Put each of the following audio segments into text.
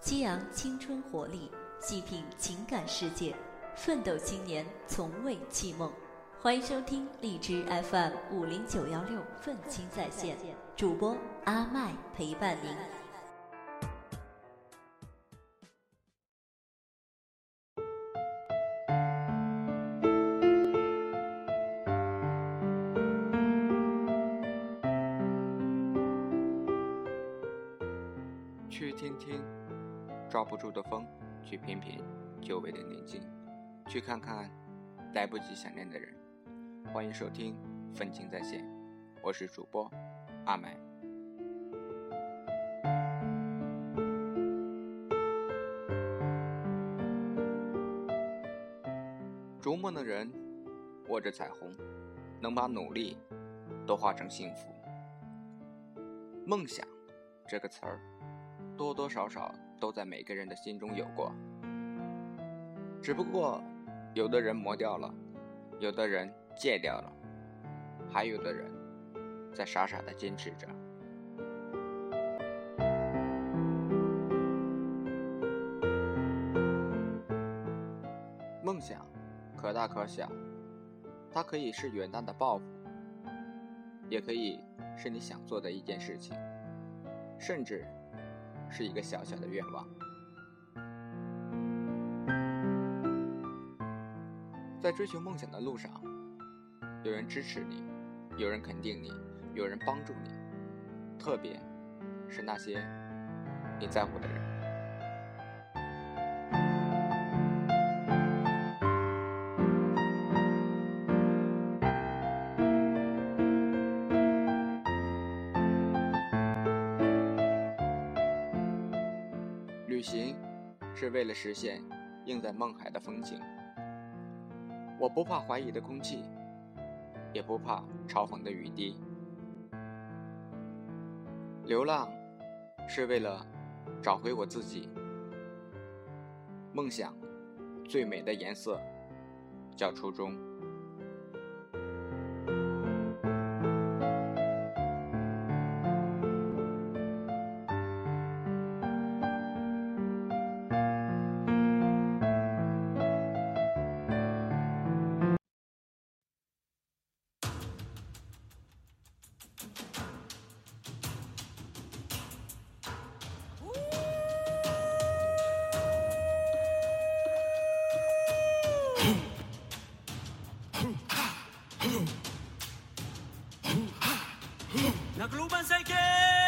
激昂青春活力，细品情感世界，奋斗青年从未弃梦。欢迎收听荔枝 FM50916愤青在线，主播阿麦陪伴您。 去听听抓不住的风，去品品久违的宁静，去看看来不及想念的人。欢迎收听愤青在线，我是主播阿麦。逐梦的人握着彩虹，能把努力都化成幸福。梦想这个词儿多多少少都在每个人的心中有过，只不过有的人磨掉了，有的人戒掉了，还有的人在傻傻地坚持着。梦想可大可小，它可以是远大的抱负，也可以是你想做的一件事情，甚至是一个小小的愿望。在追求梦想的路上，有人支持你，有人肯定你，有人帮助你，特别是那些你在乎的人。旅行是为了实现映在梦海的风景。我不怕怀疑的空气，也不怕嘲讽的雨滴。流浪是为了找回我自己。梦想最美的颜色叫初衷。 Nagluban sa ike!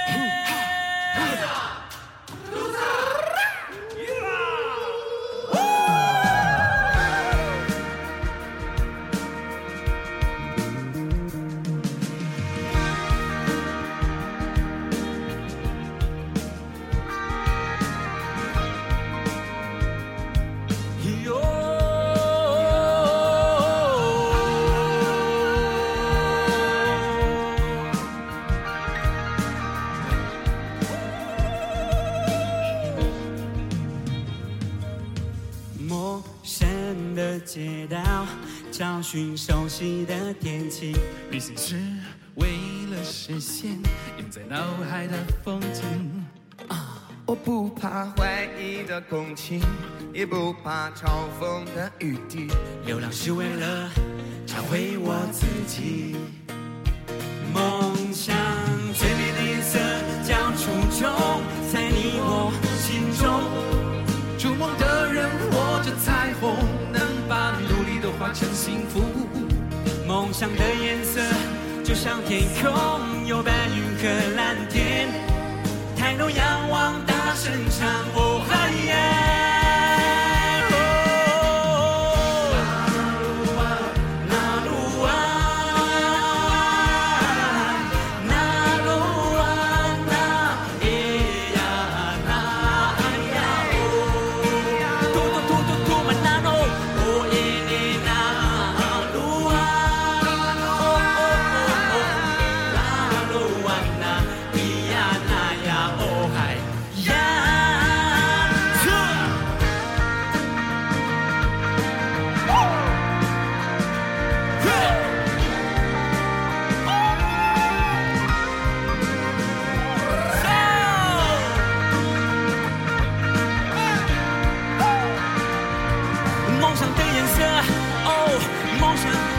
街道，找寻熟悉的天气。 旅行是为了实现印在脑海的风景。 我不怕怀疑的空气，也不怕嘲讽的雨滴。 流浪是为了找回我自己。梦想最美的颜色叫初衷，在你我心中。 逐梦的人握着彩虹，把努力都化成幸福。 梦想的颜色就像天空，有白云和蓝天，抬头仰望大声唱，哦嗨耶。 梦想。